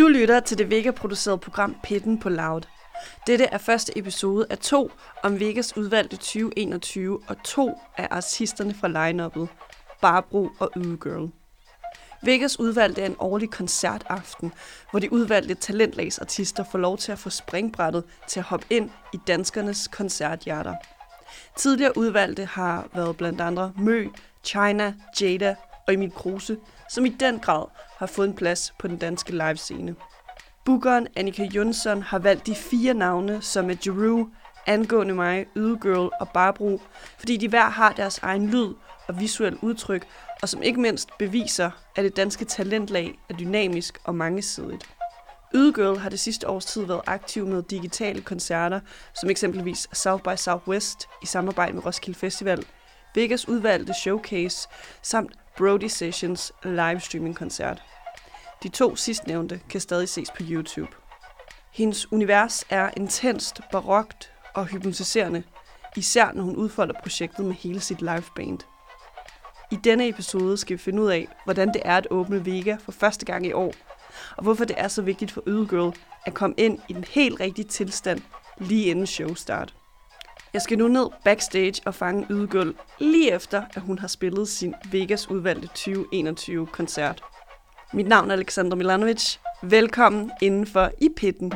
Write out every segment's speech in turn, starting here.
Du lytter til det Vega-producerede program Pitten på Loud. Dette er første episode af 2 om Vegas udvalgte 2021 og 2 af artisterne fra line-uppet, Barbro og Ydegirl. Vegas udvalgte er en årlig koncertaften, hvor de udvalgte talentlagsartister får lov til at få springbrættet til at hoppe ind i danskernes koncerthjerter. Tidligere udvalgte har været blandt andre Mø, China, Jada og Emil Kruse, som i den grad har fået en plads på den danske livescene. Bookeren Annika Jonsson har valgt de 4 navne, som er Jeru, Angående mig, Ydegirl og Barbro, fordi de hver har deres egen lyd og visuel udtryk, og som ikke mindst beviser, at det danske talentlag er dynamisk og mangesidigt. Ydegirl har det sidste års tid været aktiv med digitale koncerter, som eksempelvis South by Southwest i samarbejde med Roskilde Festival, Vegas udvalgte showcase samt Brody Sessions livestreaming-koncert. De 2 sidstnævnte kan stadig ses på YouTube. Hendes univers er intenst, barokt og hypnotiserende, især når hun udfolder projektet med hele sit liveband. I denne episode skal vi finde ud af, hvordan det er at åbne Vega for første gang i år, og hvorfor det er så vigtigt for Ydegirl at komme ind i den helt rigtige tilstand lige inden showstart. Jeg skal nu ned backstage og fange Ydegirl lige efter, at hun har spillet sin Vegas udvalgte 2021-koncert. Mit navn er Alexandra Milanovic. Velkommen indenfor i Pitten.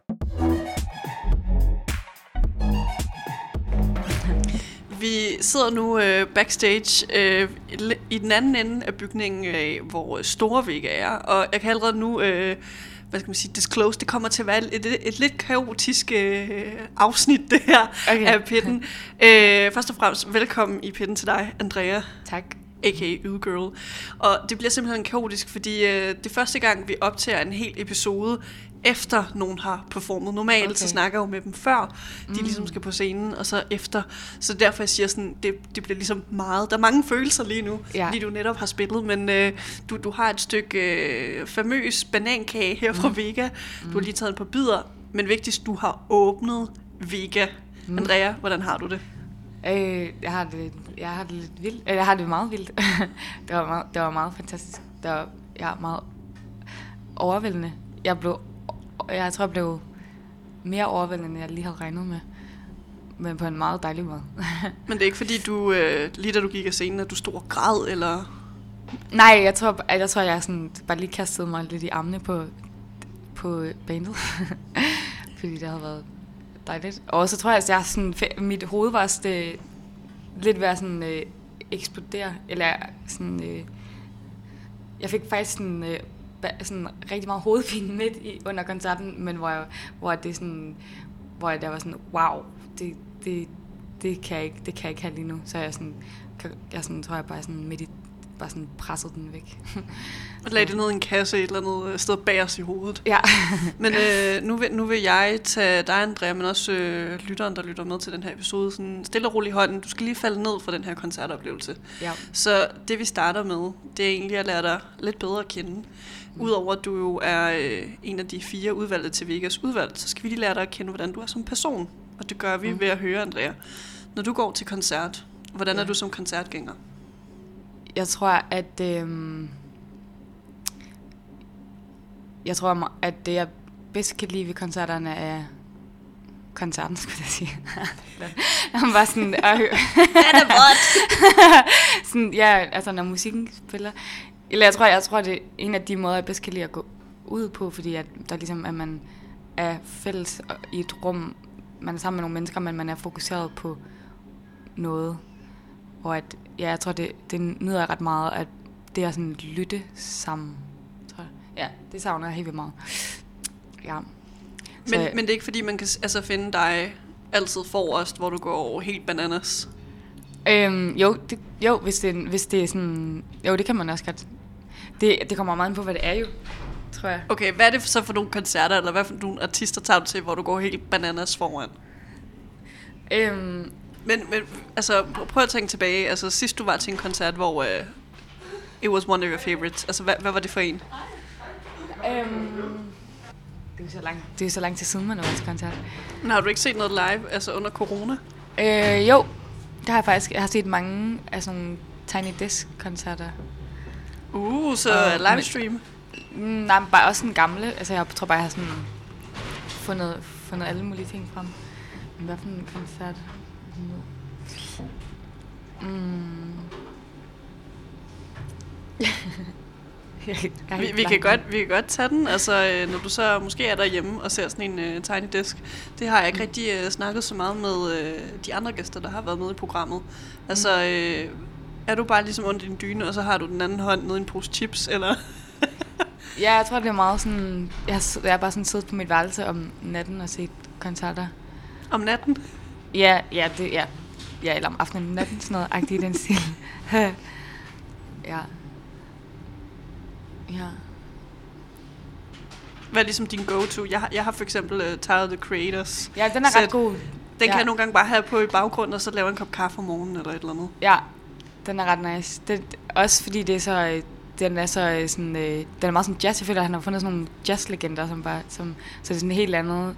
Vi sidder nu backstage i den anden ende af bygningen, hvor Store Vega er, og jeg kan allerede nu disclose, det kommer til at være et lidt kaotisk afsnit, det her af Pitten. Først og fremmest, velkommen i Pitten til dig, Andrea. Tak. A.k.a. Ydegirl. Og det bliver simpelthen kaotisk, fordi det er første gang, vi optager en hel episode, efter nogen har performet. Normalt så snakker jeg jo med dem før, de ligesom skal på scenen, og så efter. Så derfor jeg siger sådan, det bliver ligesom meget. Der er mange følelser lige nu, fordi du netop har spillet, men du har et stykke famøs banankage her fra Vega. Du har lige taget et par bidder, men vigtigst, du har åbnet Vega. Andrea, hvordan har du det? Jeg har det lidt vildt. Jeg har det meget vildt. Det var meget fantastisk. Det var meget overvældende. Jeg tror, jeg blev mere overvældende, end jeg lige havde regnet med. Men på en meget dejlig måde. Men det er ikke fordi, du lige da du gik af scenen, at du stod og græd, eller? Nej, jeg tror, jeg sådan bare lige kastede mig lidt i armene på bandet. Fordi det havde været dejligt. Og så tror jeg, at jeg sådan, mit hoved var sådan, lidt ved at sådan, eksplodere. Eller sådan, jeg fik faktisk sådan rigtig meget hovedpine midt under koncerten, men hvor jeg var sådan, wow, det kan jeg ikke have lige nu. Så jeg tror jeg bare sådan midt i bare sådan presset den væk. Og lagde det ned i en kasse et eller andet sted bag os i hovedet. Ja. Men nu vil jeg tage dig, Andrea, men også lytteren, der lytter med til den her episode, sådan stille og roligt i hånden. Du skal lige falde ned fra den her koncertoplevelse. Ja. Så det vi starter med, det er egentlig at lære dig lidt bedre at kende. Udover at du jo er en af de 4 udvalgte til Vegas udvalgt, så skal vi lige lære dig at kende, hvordan du er som person. Og det gør vi ved at høre, Andrea. Når du går til koncert, hvordan er du som koncertgænger? Jeg tror, at det jeg bedst kan lide ved koncerterne er koncerten, skulle jeg sige. Han var sådan sådan, ja, altså når musikken spiller. Eller jeg tror det er en af de måder jeg bedst kan lide at gå ud på, fordi at der ligesom at man er fælles i et rum, man er sammen med nogle mennesker, men man er fokuseret på noget. Og at, ja, jeg tror, det nyder jeg ret meget, at det er sådan lytte sammen. Tror jeg. Ja, det savner jeg helt vildt meget. Ja. Men det er ikke fordi, man kan altså finde dig altid forrest, hvor du går helt bananas? Hvis det er sådan... Jo, det kan man også godt. Det kommer meget ind på, hvad det er jo, tror jeg. Okay, hvad er det så for nogle koncerter, eller hvad for nogle artister tager du til, hvor du går helt bananas foran? Men altså, prøv at tænke tilbage. Altså, sidst du var til en koncert, hvor it was one of your favorites. Altså, hvad var det for en? Det er så lang tid siden, man har været til koncert. Men har du ikke set noget live, altså under corona? Jo, det har jeg faktisk. Jeg har set mange af sådan Tiny Desk-koncerter. Så livestream? Nej, men bare også sådan gamle. Altså, jeg tror bare, jeg har sådan fundet alle mulige ting frem. Men hvad for en koncert? Vi kan godt tage den, altså når du så måske er derhjemme og ser sådan en Tiny Desk. Det har jeg ikke rigtig snakket så meget med de andre gæster, der har været med i programmet. Altså, er du bare ligesom under din dyne, og så har du den anden hånd nede i en pose chips, eller? Ja, jeg tror, det er meget sådan... Jeg har bare sådan siddet på mit værelse om natten og set koncerter. Om natten? Ja, eller om aftenen, natten, sådan noget agtigt i den stil. Ja. Hvad er ligesom din go-to? Jeg har for eksempel Tyler, The Creators. Ja, den er ret god. Den kan jeg nogle gange bare have på i baggrunden, og så lave en kop kaffe om morgenen eller et eller andet. Ja, den er ret nice. Også fordi det er så... Den er så sådan... den er meget sådan jazz. Jeg føler, at han har fundet sådan nogle jazzlegender, så det er sådan en helt anden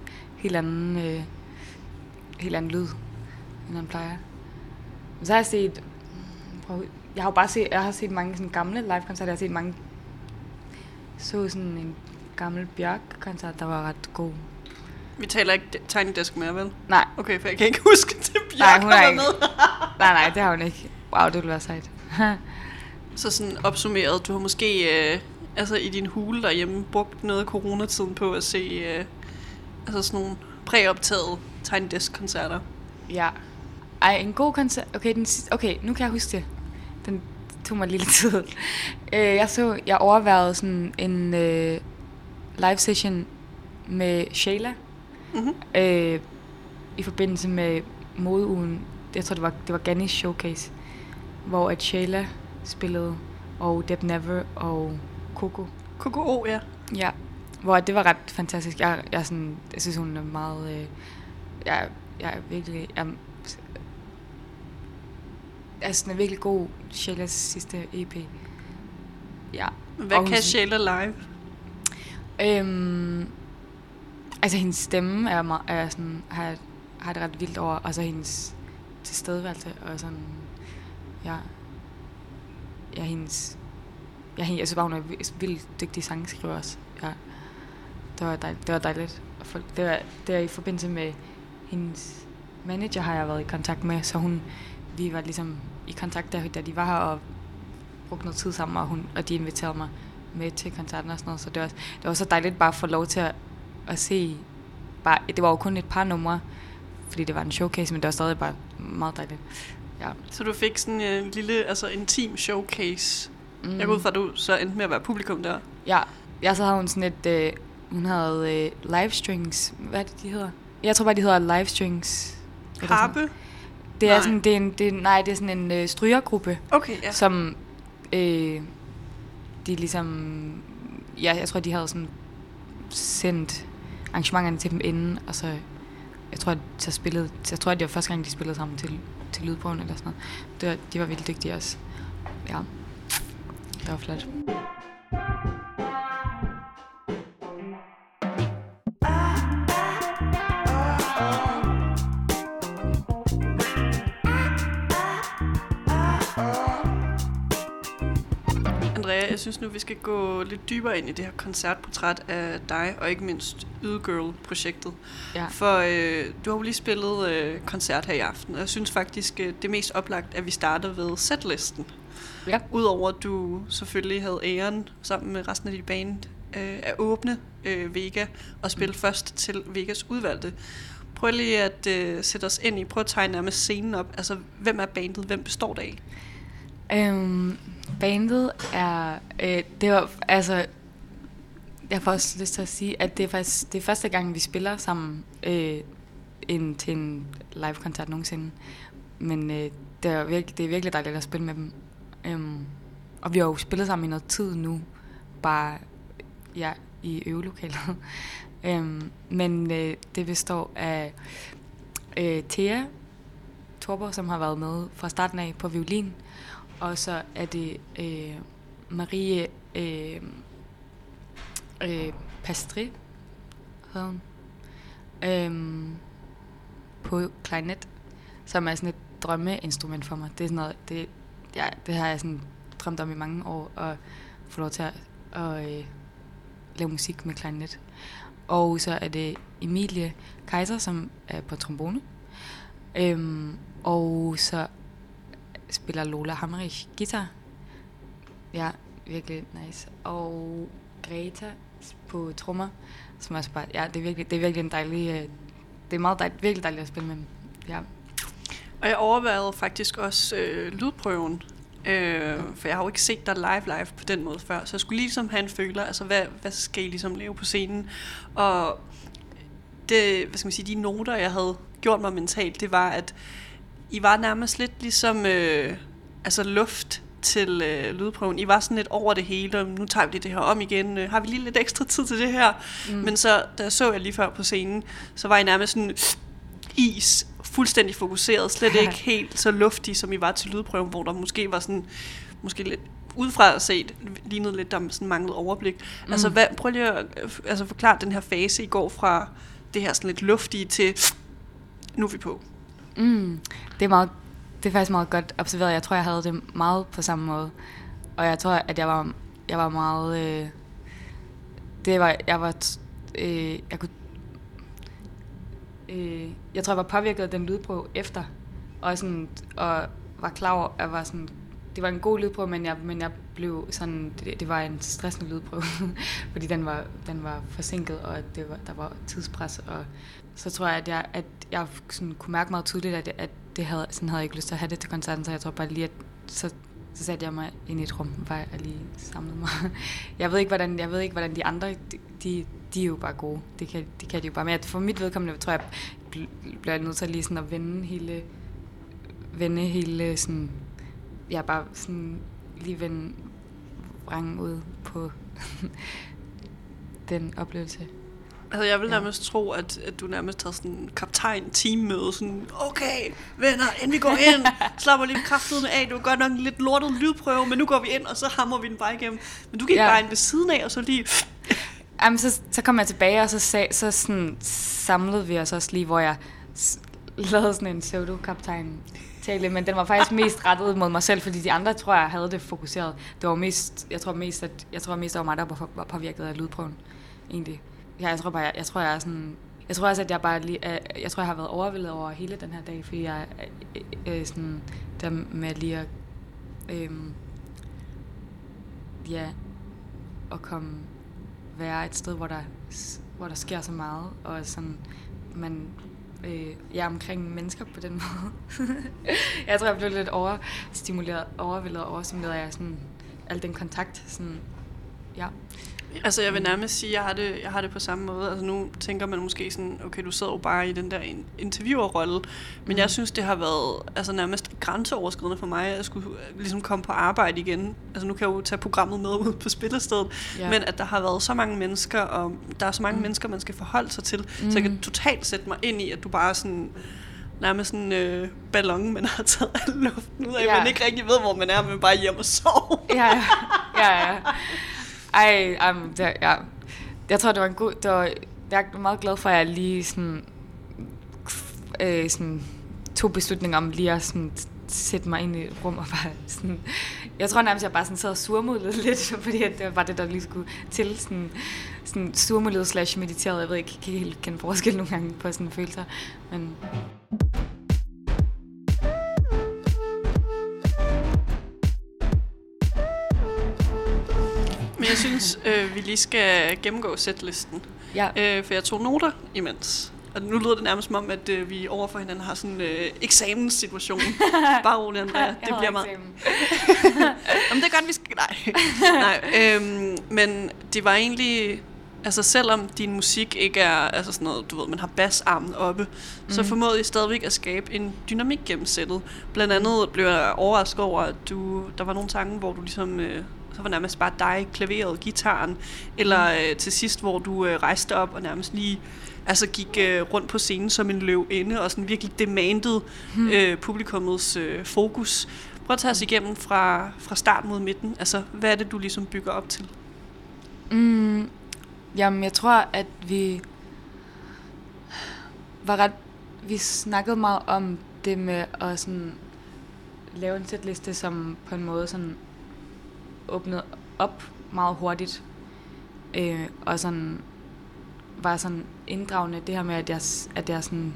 lyd, end han plejer. Så har jeg set... Jeg har set mange sådan gamle live-koncerter. Jeg har set mange... Så sådan en gammel Bjørk-koncert, der var ret god. Vi taler ikke Tiny Desk mere, vel? Nej. Okay, for jeg kan ikke huske, at Bjørk har været med. nej, det har hun ikke. Wow, det ville være sejt. Så sådan opsummeret, du har måske i din hule derhjemme brugt noget af coronatiden på at se sådan nogle præoptagede Tiny Desk-koncerter. Ja. En god koncert. Okay, nu kan jeg huske det. Den tog mig lidt tid. Jeg overvejede sådan en live session med Sheila. I forbindelse med modeugen. Jeg tror, det var Gannis Showcase, hvor at Sheila spillede, og Deb Never og Coco. Coco, ja. Ja, hvor det var ret fantastisk. Jeg synes, hun er meget... jeg er virkelig... den er virkelig god, Sheilas sidste EP. Ja. Hvad kan Sheila live? Hendes stemme er sådan, har det ret vildt over, og så hendes tilstedeværelse, og sådan, jeg synes bare, hun er vildt dygtig sangskriver også. Ja. Det var dejligt. Det er i forbindelse med hendes manager, har jeg været i kontakt med, så vi var ligesom i kontakt, da de var her, og brugte noget tid sammen, og de inviterede mig med til koncerten og sådan noget, så det var så dejligt bare at få lov til at se, det var jo kun et par numre, fordi det var en showcase, men det var stadig bare meget dejligt. Ja. Så du fik sådan en lille, intim showcase. Jeg går ud fra, at du så endte med at være publikum der. Ja, så havde hun sådan et, hun havde livestrings, hvad er det, de hedder? Jeg tror bare, de hedder livestrings. Harpe? Det er sådan, det er sådan en strygergruppe, okay, ja. Som de ligesom, jeg tror, de havde sådan sendt arrangementerne til dem inden, og så jeg tror, at det var første gang, de spillede sammen til lydbogen eller sådan noget. De var vildt dygtige også. Ja, det var flot. Andrea, jeg synes nu, vi skal gå lidt dybere ind i det her koncertportræt af dig, og ikke mindst Ydegirl-projektet. Ja. For du har jo lige spillet koncert her i aften, og jeg synes faktisk, det er mest oplagt, at vi starter ved setlisten. Ja. Udover at du selvfølgelig havde æren, sammen med resten af dit band, at åbne Vega og spille først til Vegas udvalgte. Prøv lige at sætte os ind i, prøv at tegne nærmest scenen op. Altså, hvem er bandet? Hvem består det af? Bandet er... det var, jeg får også lyst til at sige, at det er faktisk det er første gang, vi spiller sammen til en live-koncert nogensinde. Men det er virkelig dejligt at spille med dem. Og vi har jo spillet sammen i noget tid nu, bare i øvelokalet. Men det består af Thea Torborg, som har været med fra starten af på violin, og så er det Marie Pastry, hedder hun, på klarinet, som er sådan et drømmeinstrument for mig. Det er sådan noget, det har jeg sådan drømt om i mange år, og få lov til lave musik med klarinet. Og så er det Emilie Kaiser, som er på trombone. Og så spiller Lola Hammerich guitar. Ja, virkelig nice. Og Greta på trommer, som også bare, ja, det er virkelig en dejlig, det er meget dejligt, virkelig dejligt at spille med dem. Ja. Og jeg overvejede faktisk også lydprøven, for jeg har jo ikke set dig live på den måde før, så jeg skulle ligesom have en føler, altså hvad skal I ligesom lave på scenen? Og det, hvad skal man sige, de noter, jeg havde gjort mig mentalt, det var, at I var nærmest lidt ligesom altså luft til lydprøven. I var sådan lidt over det hele, og nu tager vi det her om igen. Har vi lige lidt ekstra tid til det her? Men så, da så jeg lige før på scenen, så var I nærmest sådan is, fuldstændig fokuseret, slet ikke helt så luftig, som I var til lydprøven, hvor der måske var sådan, måske lidt udefra set, lignede lidt, der sådan manglede overblik. Altså, prøv lige at forklare den her fase, I går fra det her sådan lidt luftige til, nu er vi på. Det er faktisk meget godt observeret. Jeg tror, jeg havde det meget på samme måde. Og jeg tror, at jeg var meget... jeg tror, jeg var påvirket af den lydprøve efter. Og var klar over, at var sådan... Det var en god lydprøve, men jeg blev sådan... Det var en stressende lydprøve. Fordi den var forsinket, og der var tidspres. Og så tror jeg, at jeg sådan kunne mærke meget tydeligt, at sådan havde jeg ikke lyst til at have det til koncerten, så jeg tror bare lige, at så satte jeg mig ind i et rum, hvor jeg lige samlede mig. Jeg ved ikke, hvordan de andre, de er jo bare gode. Det kan de jo bare. Men for mit vedkommende, tror jeg, bliver nødt til lige sådan at vende hele sådan, jeg bare sådan lige vende vrangen ud på den oplevelse. Altså, jeg vil nærmest tro, at du nærmest har sådan en kaptajn-teammøde, sådan, okay, venner, inden vi går ind, slapper lige kraftedeme af, det var godt nok en lidt lortet lydprøve, men nu går vi ind, og så hammer vi den bare igennem. Men du gik bare ind ved siden af, og så lige... Jamen, så kom jeg tilbage, og så sådan samlede vi os også lige, hvor jeg lavede sådan en pseudo-kaptajn-tale, men den var faktisk mest rettet mod mig selv, fordi de andre, tror jeg, havde det fokuseret. Det var mest, jeg tror mest, det var mig, der var påvirket af lydprøven, egentlig. Ja, jeg tror, jeg har været overvældet over hele den her dag, fordi jeg sådan der med lige at at være et sted, hvor der sker så meget, og sådan man omkring mennesker på den måde. Jeg tror, jeg blev lidt overvældet og overstimuleret af sådan al den kontakt, sådan ja. Altså, jeg vil nærmest sige, at jeg har det på samme måde. Altså, nu tænker man måske sådan, okay, du sidder jo bare i den der interviewerrolle, men jeg synes, det har været altså nærmest grænseoverskridende for mig, at jeg skulle ligesom komme på arbejde igen. Altså, nu kan jeg jo tage programmet med ud på spillestedet, men at der har været så mange mennesker, og der er så mange mennesker, man skal forholde sig til, så jeg kan totalt sætte mig ind i, at du bare sådan... nærmest sådan en ballon, man har taget al luften ud af, man ikke rigtig ved, hvor man er, men bare hjem og sove. Ja. Jeg tror, det var en god... jeg er meget glad for, at jeg lige sådan tog beslutning om lige at sådan sætte mig ind i et rum og bare sådan... Jeg tror nærmest, jeg bare sådan sad og surmulede lidt, fordi det var bare det, der lige skulle til. Sådan surmulede / mediteret. Jeg ved ikke, kan helt kende forskel nogle gange på sådan følelser, men... Men jeg synes, vi lige skal gennemgå setlisten. Ja. For jeg tog noter imens. Og nu lyder det nærmest som om, at vi overfor hinanden har sådan en eksamenssituation. Bare rolig, Andrea. Det bliver meget... Om det er godt, vi skal... Nej. Men det var egentlig... Altså selvom din musik ikke er altså sådan noget, du ved, man har bassarmen oppe, så formåede I stadigvæk at skabe en dynamik gennem sættet. Blandt andet blev jeg overrasket over, at der var nogle sange, hvor du ligesom... så var nærmest bare dig, klaveret, gitaren, eller til sidst, hvor du rejste op og nærmest lige altså gik rundt på scenen som en løvinde, og sådan virkelig demandede publikummets fokus. Prøv at tage os igennem fra start mod midten. Altså, hvad er det, du ligesom bygger op til? Jamen, jeg tror, at vi snakkede meget om det med at sådan lave en setliste, som på en måde sådan åbnede op meget hurtigt. Og sådan var sådan inddragende det her med, at jeg sådan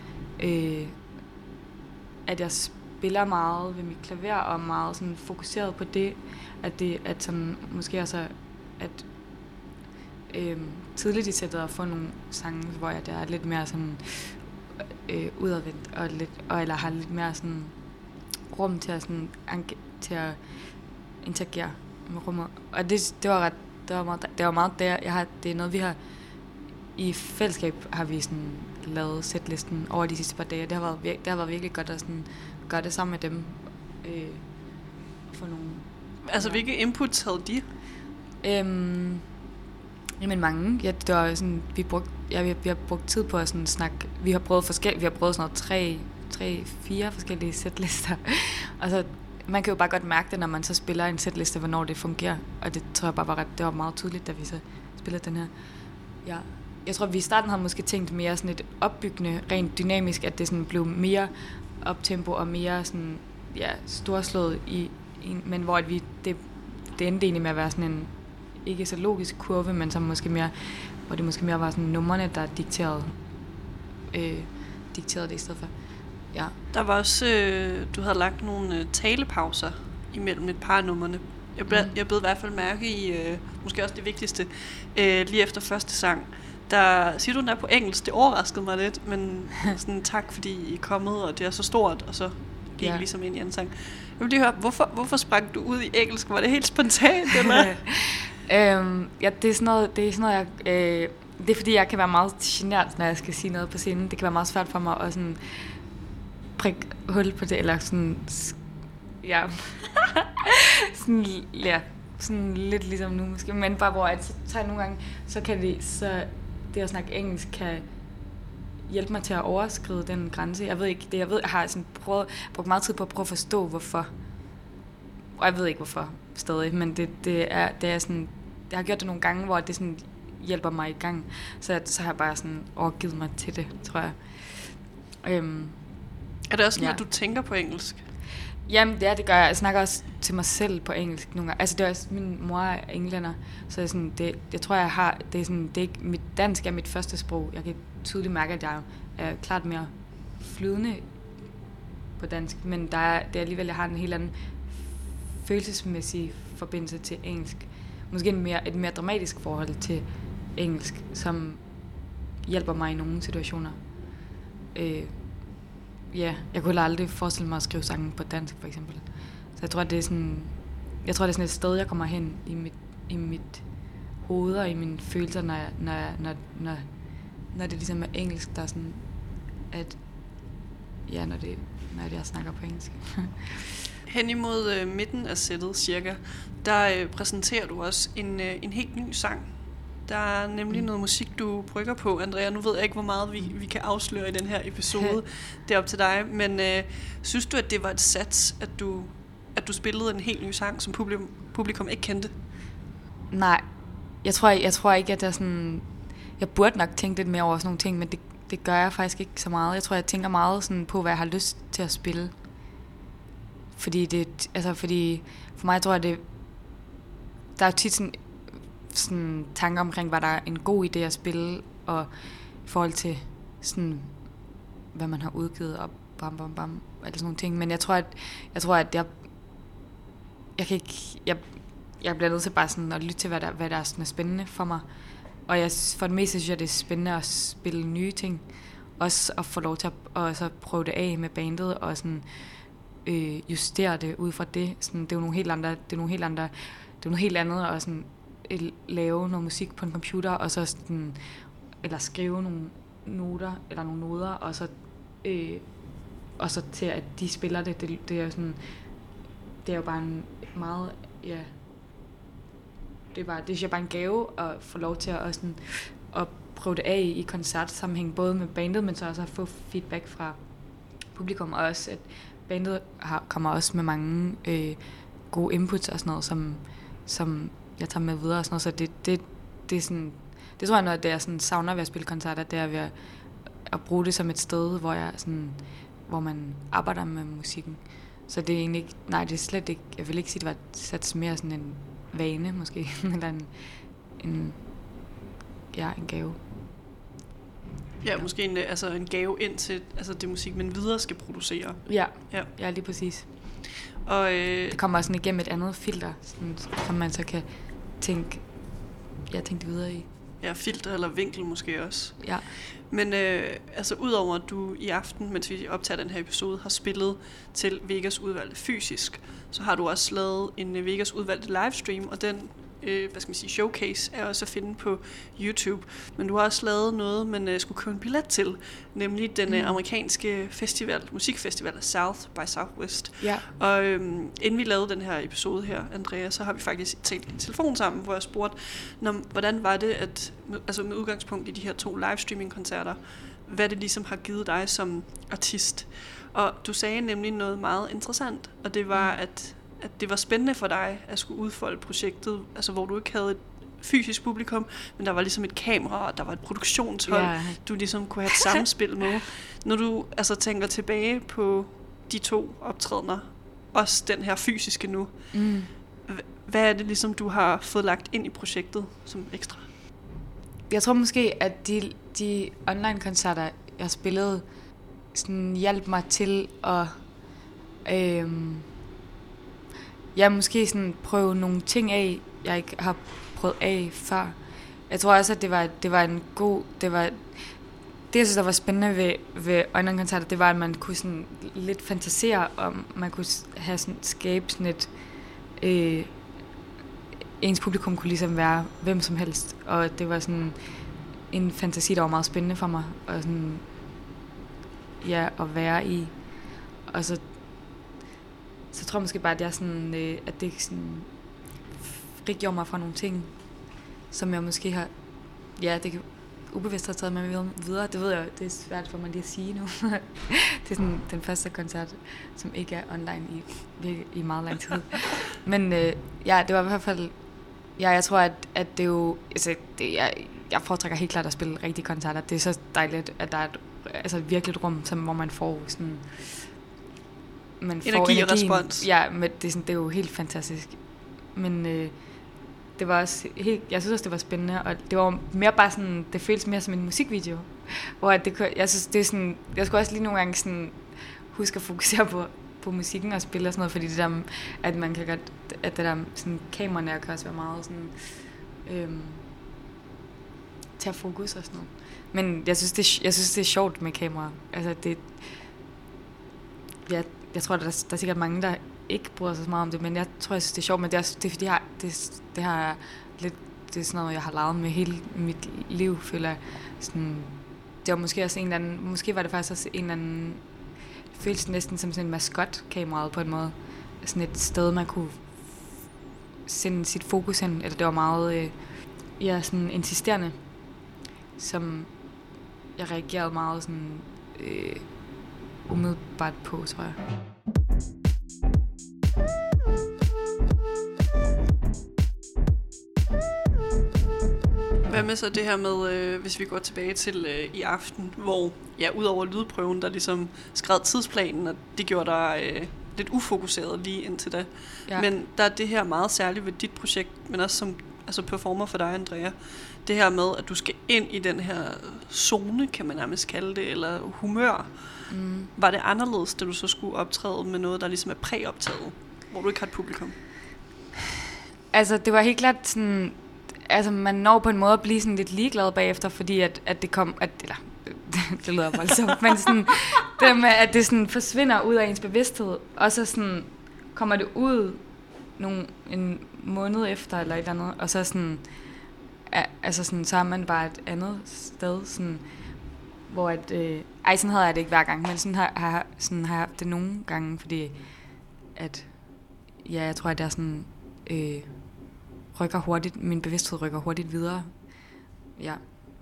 at jeg spiller meget ved mit klaver og meget sådan fokuseret på det, at sådan måske også at tidligt i sættet at få nogle sange, hvor jeg der er lidt mere sådan udadvendt eller har lidt mere sådan rum til at sådan til at interagere med rummet. Og det var meget der. Det er noget vi har i fællesskab har vi sådan lavet setlisten over de sidste par dage. Det har været virkelig godt at sådan gøre det sammen med dem. For nogle. Altså hvilke inputs havde de? Jamen mange. Ja, det var sådan vi har brugt tid på at sådan snakke. Vi har prøvet sådan noget 3-4 forskellige setlister. Og så man kan jo bare godt mærke det, når man så spiller en setliste, hvornår det fungerer. Og det tror jeg bare det var meget tydeligt, da vi så spillede den her. Ja. Jeg tror, vi i starten havde måske tænkt mere sådan et opbyggende, rent dynamisk, at det sådan blev mere optempo og mere sådan, ja, storslået men hvor det endte egentlig med at være sådan en ikke så logisk kurve, men som måske mere, hvor det måske mere var sådan numrene, der dikterede det i stedet for. Ja. Der var også, du havde lagt nogle talepauser imellem et par af numrene. Jeg bed i hvert fald mærke i, måske også det vigtigste, lige efter første sang. Der siger du den der på engelsk, det overraskede mig lidt, men sådan tak fordi I er kommet, og det er så stort, og så gik ligesom ind i en sang. Jeg vil lige høre, hvorfor sprang du ud i engelsk? Var det helt spontant, eller? Ja, det er sådan noget, det er fordi, jeg kan være meget genert, når jeg skal sige noget på scenen. Det kan være meget svært for mig at sådan prikke hul på det, eller sådan, ja, sådan lidt ligesom nu måske, men bare hvor jeg tager nogle gange, så kan det at snakke engelsk kan hjælpe mig til at overskride den grænse. Jeg har sådan brugt meget tid på at prøve at forstå, hvorfor. Og jeg ved ikke, hvorfor stadig, men det er sådan, jeg har gjort det nogle gange, hvor det sådan hjælper mig i gang. Så har jeg bare sådan overgivet mig til det, tror jeg. Er det også sådan, at du tænker på engelsk? Jamen, det gør jeg. Jeg snakker også til mig selv på engelsk nogle gange. Altså, det er også, min mor er englænder, så sådan, jeg tror, jeg har, det er sådan, det er ikke, mit dansk er mit første sprog. Jeg kan tydeligt mærke, at jeg er klart mere flydende på dansk, men det er alligevel, jeg har en helt anden følelsesmæssig forbindelse til engelsk. Måske et mere dramatisk forhold til engelsk, som hjælper mig i nogle situationer. Ja, jeg kunne aldrig forestille mig at skrive sange på dansk, for eksempel. Så jeg tror, det er sådan et sted, jeg kommer hen i mit hoved og i mine følelser, når det ligesom er engelsk, der er sådan, at ja, når jeg snakker på engelsk. Hen imod midten af sættet cirka, der præsenterer du også en helt ny sang. Der er nemlig noget musik, du brygger på, Andrea. Nu ved jeg ikke, hvor meget vi kan afsløre i den her episode. Det er op til dig. Men synes du, at det var et sats, at du spillede en helt ny sang, som publikum ikke kendte? Nej. Jeg tror ikke, at jeg sådan... Jeg burde nok tænke lidt mere over sådan nogle ting, men det gør jeg faktisk ikke så meget. Jeg tror, jeg tænker meget sådan på, hvad jeg har lyst til at spille. Fordi for mig tror jeg, der er tit sådan tanker omkring, hvad der er en god idé at spille, og i forhold til sådan, hvad man har udgivet, og bam, eller sådan nogle ting. Men jeg tror, at jeg bliver nødt til bare sådan at lytte til, hvad der er sådan spændende for mig. Og for det meste synes jeg, det er spændende at spille nye ting. Også at få lov til at så prøve det af med bandet, og sådan justere det ud fra det. Sådan, det er jo nogle helt andet, og sådan lave noget musik på en computer, og så sådan, eller skrive nogle noter, eller nogle noder, og så til at de spiller det. Det er jo sådan, det er jo bare en meget, ja, det synes jeg bare en gave at få lov til at prøve det af i koncertsammenhæng, både med bandet, men så også at få feedback fra publikum, og også at bandet kommer også med mange gode inputs og sådan noget, som jeg tager med videre og sådan noget, så det er sådan, det tror jeg noget, det er sådan savner ved at spille koncerter, det er ved at bruge det som et sted, hvor man arbejder med musikken. Så det er egentlig ikke, nej, det er slet ikke, jeg vil ikke sige, det var sat mere sådan en vane måske, eller en gave. Ja, måske en gave ind til det musik, man videre skal producere. Ja, lige præcis. Og det kommer sådan igennem et andet filter, sådan, som man så kan tænke det videre i. Ja, filter eller vinkel måske også. Ja. Men udover at du i aften, mens vi optager den her episode, har spillet til Vegas udvalgte fysisk, så har du også lavet en Vegas udvalgte livestream, og den showcase er også at finde på YouTube. Men du har også lavet noget, man skulle købe en billet til, nemlig den amerikanske musikfestival South by Southwest. Ja. Og inden vi lavede den her episode her, Andrea, så har vi faktisk talt en telefon sammen, hvor jeg spurgte, hvordan var det, at med udgangspunkt i de her 2 livestreaming-koncerter, hvad det ligesom har givet dig som artist. Og du sagde nemlig noget meget interessant, og det var, at det var spændende for dig at skulle udfolde projektet, hvor du ikke havde et fysisk publikum, men der var ligesom et kamera, og der var et produktionshold, du ligesom kunne have et samspil med. Når du tænker tilbage på de 2 optrædener, også den her fysiske nu, hvad er det ligesom, du har fået lagt ind i projektet som ekstra? Jeg tror måske, at de online-koncerter, jeg spillede, sådan hjalp mig til at måske sådan prøve nogle ting af, jeg ikke har prøvet af før. Jeg tror også, at det var en god... Det, jeg synes, der var spændende ved online-koncerter, det var, at man kunne sådan lidt fantasere om, man kunne have sådan, skabe sådan et... ens publikum kunne ligesom være hvem som helst, og det var sådan en fantasi, der var meget spændende for mig, og sådan, at være i. Og så tror jeg måske bare, at jeg sådan, at det sådan frigjorde mig fra nogle ting, som jeg måske har, det kan ubevidst have taget med videre. Det ved jeg, det er svært for mig lige at sige nu. Det er sådan den første koncert, som ikke er online i meget lang tid. Men det var i hvert fald, jeg tror, at det jo, jeg foretrækker helt klart at spille rigtige koncerter. Det er så dejligt, at der er et virkelig rum, hvor man får sådan, energi og respons. Ja, men det er jo helt fantastisk. Men det var også jeg synes også, det var spændende, og det var mere bare sådan, det føles mere som en musikvideo, hvor jeg synes, det er sådan, jeg skulle også lige nogle gange sådan huske at fokusere på musikken og spille og sådan noget, fordi det der, at man kan godt, at det der sådan kameraerne kan også være meget sådan tage fokus og sådan noget. Men jeg synes det er sjovt med kamera. Jeg tror, der er sikkert mange, der ikke bryder sig så meget om det, men jeg tror, jeg synes, det er sjovt, men det er fordi, det har lidt, det er sådan noget, jeg har lavet med hele mit liv, føler jeg. Sådan, det var måske også måske var det faktisk også en eller anden, det føles næsten som sådan en maskot-kameraet på en måde. Sådan et sted, man kunne sende sit fokus hen, eller det var meget, sådan insisterende, som jeg reagerede meget sådan, umiddelbart på, tror jeg. Hvad med så det her med, hvis vi går tilbage til i aften, hvor udover lydprøven, der ligesom skrev tidsplanen, og det gjorde dig lidt ufokuseret lige indtil da. Ja. Men der er det her meget særligt ved dit projekt, men også som performer for dig, Andrea. Det her med, at du skal ind i den her zone, kan man nærmest kalde det, eller humør. Var det anderledes, da du så skulle optræde med noget, der ligesom er præoptaget, hvor du ikke har et publikum? Det var helt klart sådan, man når på en måde at blive sådan lidt ligeglad bagefter, fordi at det kom, det lyder voldsomt, men sådan, det med, at det sådan forsvinder ud af ens bevidsthed, og så sådan kommer det ud en måned efter, eller et eller andet, og så sådan, så er man bare et andet sted, sådan, hvor at, sådan havde jeg det ikke hver gang, men sådan har jeg haft det nogle gange, fordi at, jeg tror, at jeg sådan, rykker hurtigt, min bevidsthed rykker hurtigt videre. Ja.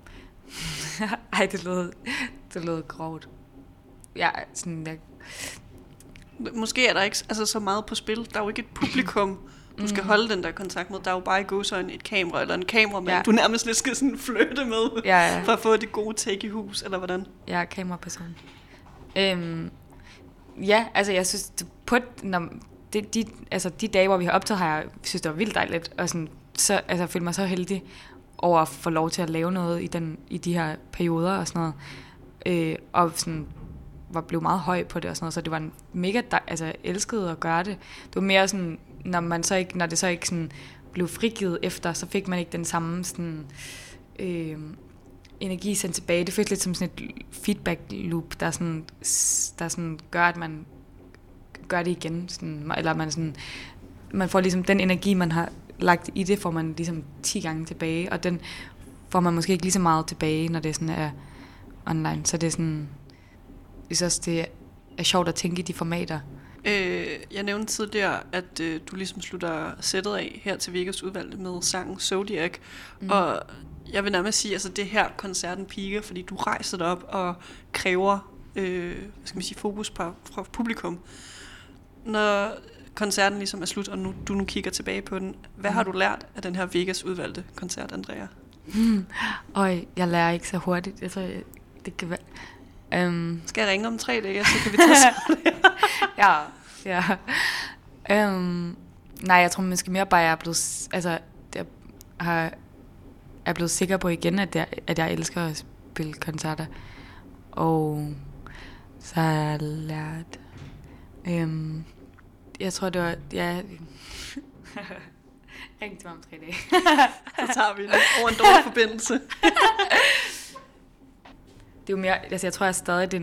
Det lød grovt. Ja, sådan måske er der ikke så meget på spil. Der er jo ikke et publikum, du skal holde den der kontakt med. Der er jo bare i gåseøjne et kamera, eller en kameramand, du nærmest lidt skal sådan flytte med, for at få det gode take i hus, eller hvordan? Ja, kameraperson. Jeg synes, de dage, hvor vi har optaget, har jeg synes, det var vildt dejligt, og sådan, så, jeg følte mig så heldig over at få lov til at lave noget i de her perioder og sådan noget. Og sådan blev meget høj på det og sådan noget, så det var en mega, altså jeg elskede at gøre det. Det var mere sådan, når det så ikke sådan blev frigivet efter, så fik man ikke den samme sådan, energi sendt tilbage. Det føles lidt som sådan et feedback loop, der sådan gør, at man gør det igen, sådan, eller man får ligesom den energi, man har lagt i det, får man ligesom 10 gange tilbage, og den får man måske ikke lige så meget tilbage, når det sådan er online. Så det er sådan, jeg synes også, det er sjovt at tænke i de formater. Jeg nævnte tidligere, at du ligesom slutter sættet af her til Vegas udvalgte med sangen Zodiac, og jeg vil nærmest sige, altså det her koncerten piker, fordi du rejser dig op og kræver fokus fra publikum. Når koncerten ligesom er slut, og du nu kigger tilbage på den, hvad har du lært af den her Vegas udvalgte koncert, Andrea? Jeg lærer ikke så hurtigt. Jeg tror, det kan være... Skal jeg ringe om 3 dage, så kan vi tage det? Ja. Nej, jeg tror måske mere bare, jeg er blevet sikker på igen, at jeg elsker at spille koncerter. Og så har jeg lært... jeg tror, det var... Ja, ring til mig om 3 dage. Så tager vi det over en dårlig forbindelse. Det er jo mere, altså jeg tror,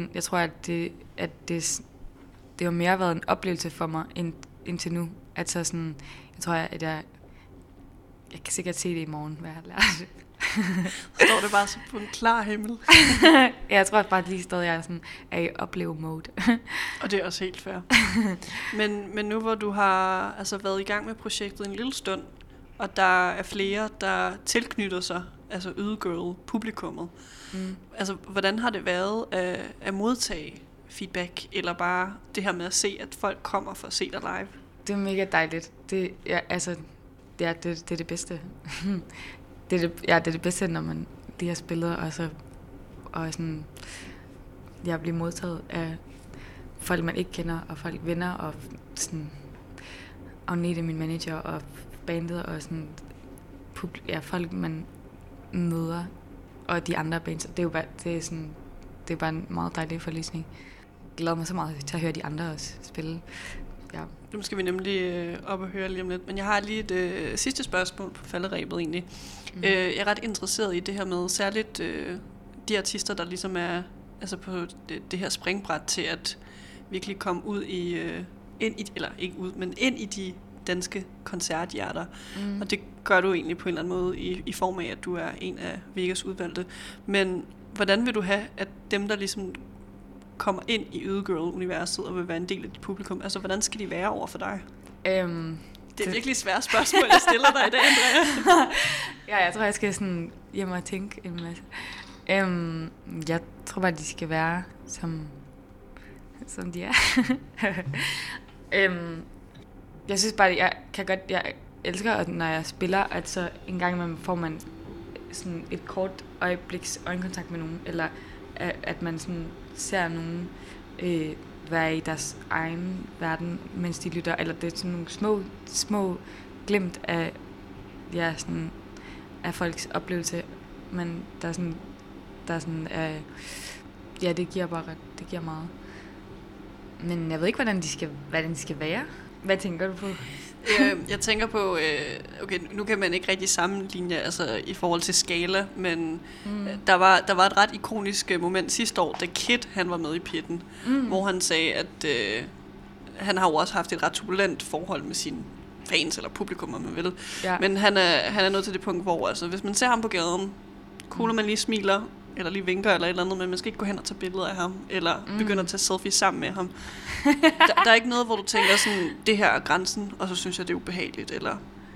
at det har mere været en oplevelse for mig indtil nu. At så sådan, jeg tror, at jeg kan sikkert se det i morgen, hvad jeg har lært. Står det bare så på en klar himmel? Jeg tror bare, at lige stadig jeg er i opleve-mode. Og det er også helt fair. Men nu hvor du har været i gang med projektet en lille stund, og der er flere, der tilknytter sig, altså Ydegirl, publikummet. Altså, hvordan har det været at modtage feedback, eller bare det her med at se, at folk kommer for at se dig live? Det er mega dejligt. Det er det bedste. det er det bedste, når man de her spillet, og sådan, jeg bliver modtaget af folk, man ikke kender, og folk venner, og sådan, Agnete, min manager, og bandet, og sådan, folk, man møder, og de andre bands. Det er bare en meget dejlig forløsning. Jeg glæder mig så meget til at høre de andre også spille. Ja. Nu skal vi nemlig op og høre lige om lidt. Men jeg har lige et sidste spørgsmål på falderebet egentlig. Jeg er ret interesseret i det her med særligt de artister, der ligesom er på det her springbræt til at virkelig komme ud ind i de danske koncerthjerter. Og det gør du egentlig på en eller anden måde i form af, at du er en af Vegas udvalgte. Men hvordan vil du have, at dem, der ligesom kommer ind i Ydegirl-universet og vil være en del af dit publikum, altså hvordan skal de være over for dig? Det er virkelig svært spørgsmål, jeg stiller dig i dag, Andrea. Ja, jeg tror, jeg skal sådan hjem og tænke en masse. Jeg tror bare, de skal være som de er. Jeg synes bare, jeg elsker, at når jeg spiller, at så en gang imellem får man sådan et kort øjebliks øjenkontakt med nogen, eller at man sådan ser nogen være i deres egen verden, mens de lytter, eller det er sådan nogle små glimt af, sådan, af folks oplevelse, men der er sådan det giver meget. Men jeg ved ikke, hvordan de skal være. Hvad tænker du på? Jeg tænker på, okay, nu kan man ikke rigtig sammenligne i forhold til skala, men der var et ret ikonisk moment sidste år, da Kid han var med i Pitten, hvor han sagde, at han har jo også haft et ret turbulent forhold med sine fans eller publikum, om man vil. Ja. Men han er nået til det punkt, hvor hvis man ser ham på gaden, cool, man lige smiler, eller lige vinker eller et eller andet, men man skal ikke gå hen og tage billeder af ham, eller begynde at tage selfies sammen med ham. Der er ikke noget, hvor du tænker sådan, det her er grænsen, og så synes jeg, det er ubehageligt, eller?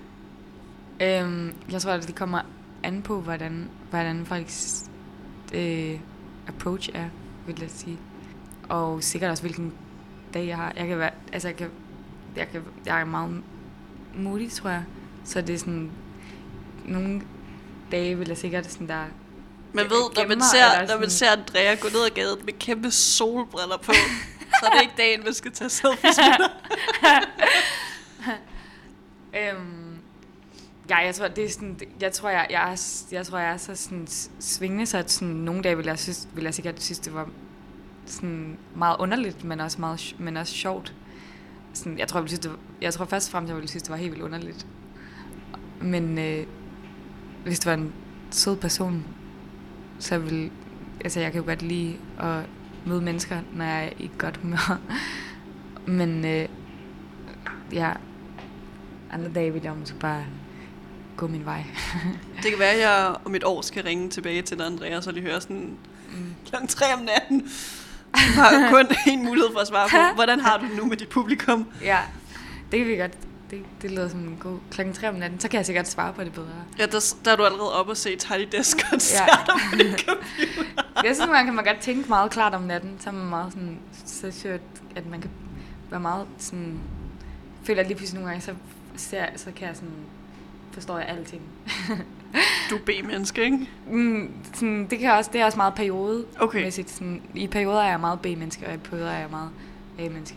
Jeg tror, at det kommer an på, hvordan folks approach er, vil jeg sige. Og sikkert også, hvilken dag jeg har. Jeg er meget modig, tror jeg. Så det er sådan, nogle dage vil jeg sikkert sådan der... Man ved, når man ser Andrea gå ned ad gaden med kæmpe solbriller på, så er det ikke dagen, man skal tage selfies med dig. Ja, jeg tror, det er sådan, jeg tror, jeg er så sådan svingende, så at sådan, nogle dage vil jeg sikkert synes, det var sådan meget underligt, men også sjovt. Sådan, jeg tror først og fremmest, jeg ville synes, det var helt vildt underligt. Men hvis det var en sød person, så vil, altså jeg kan jo godt lide at møde mennesker, når jeg er i godt humør. Men ja, andre dage vil jeg måske bare gå min vej. Det kan være, at jeg om et år skal ringe tilbage til dig, Andrea, så de hører sådan klokken 3 om natten. Du har kun en mulighed for at svare på. Hvordan har du det nu med dit publikum? Ja, det kan vi godt. Det lyder som en god klokken 3 om natten. Så kan jeg sikkert svare på det bedre. Ja, der er du allerede oppe og se Tiny Desk-koncerter på din computer. Jeg synes, man kan godt tænke meget klart om natten. Så er man meget sådan, så synes jeg, at man kan være meget sådan, føler jeg lige pludselig nogle gange, så kan jeg sådan, forstår jeg alting. Du er B-menneske, ikke? Sådan, det er også meget periode. Okay. Sådan, i perioder er jeg meget B-menneske, og i perioder er jeg meget A-menneske.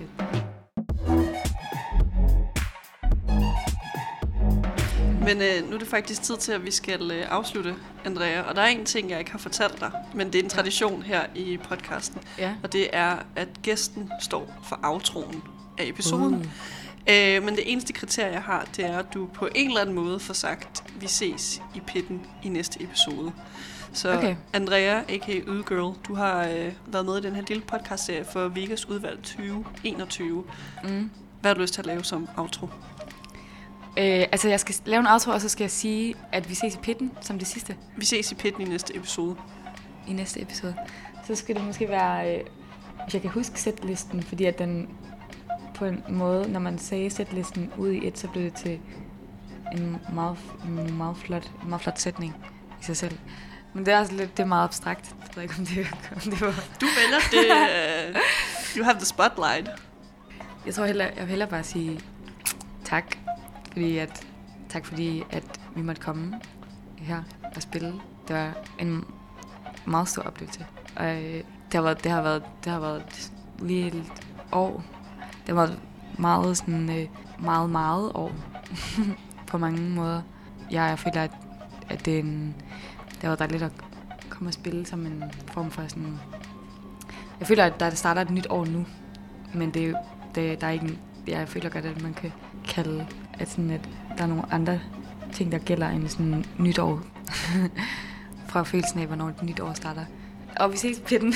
Men nu er det faktisk tid til, at vi skal afslutte, Andrea. Og der er en ting, jeg ikke har fortalt dig, men det er en tradition her i podcasten. Ja. Og det er, at gæsten står for outroen af episoden. Men det eneste kriterie, jeg har, det er, at du på en eller anden måde får sagt, vi ses i pitten i næste episode. Så okay. Andrea, a.k.a. Ydegirl, du har været med i den her lille podcastserie for Vegas Udvalg 2021. Hvad har du lyst til at lave som outro? Altså, jeg skal lave en outro, og så skal jeg sige, at vi ses i pitten som det sidste. Vi ses i pitten i næste episode. I næste episode. Så skal det måske være, hvis jeg kan huske sætlisten, fordi at den på en måde, når man sagde sætlisten ud i et, så blev det til en meget flot sætning i sig selv. Men det er også lidt, det er meget abstrakt. Jeg ved ikke, om det var... Du vælger det. You have the spotlight. Jeg vil hellere bare sige tak. Tak fordi at vi måtte komme her og spille. Det var en meget stor oplevelse. Og det har været lige et år. Det har været meget sådan meget år på mange måder. Jeg føler at det har været dejligt at komme og spille som en form for sådan. Jeg føler at der starter et nyt år nu, men der er ikke. Jeg føler godt at man kan kalde at der er nogle andre ting, der gælder end sådan nytår. Fra følelsen af, hvornår et nyt år starter. Og vi ses i pitten.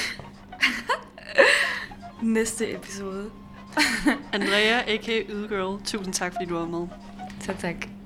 Næste episode. Andrea, a.k.a. Ydegirl, tusind tak, fordi du var med. Tak.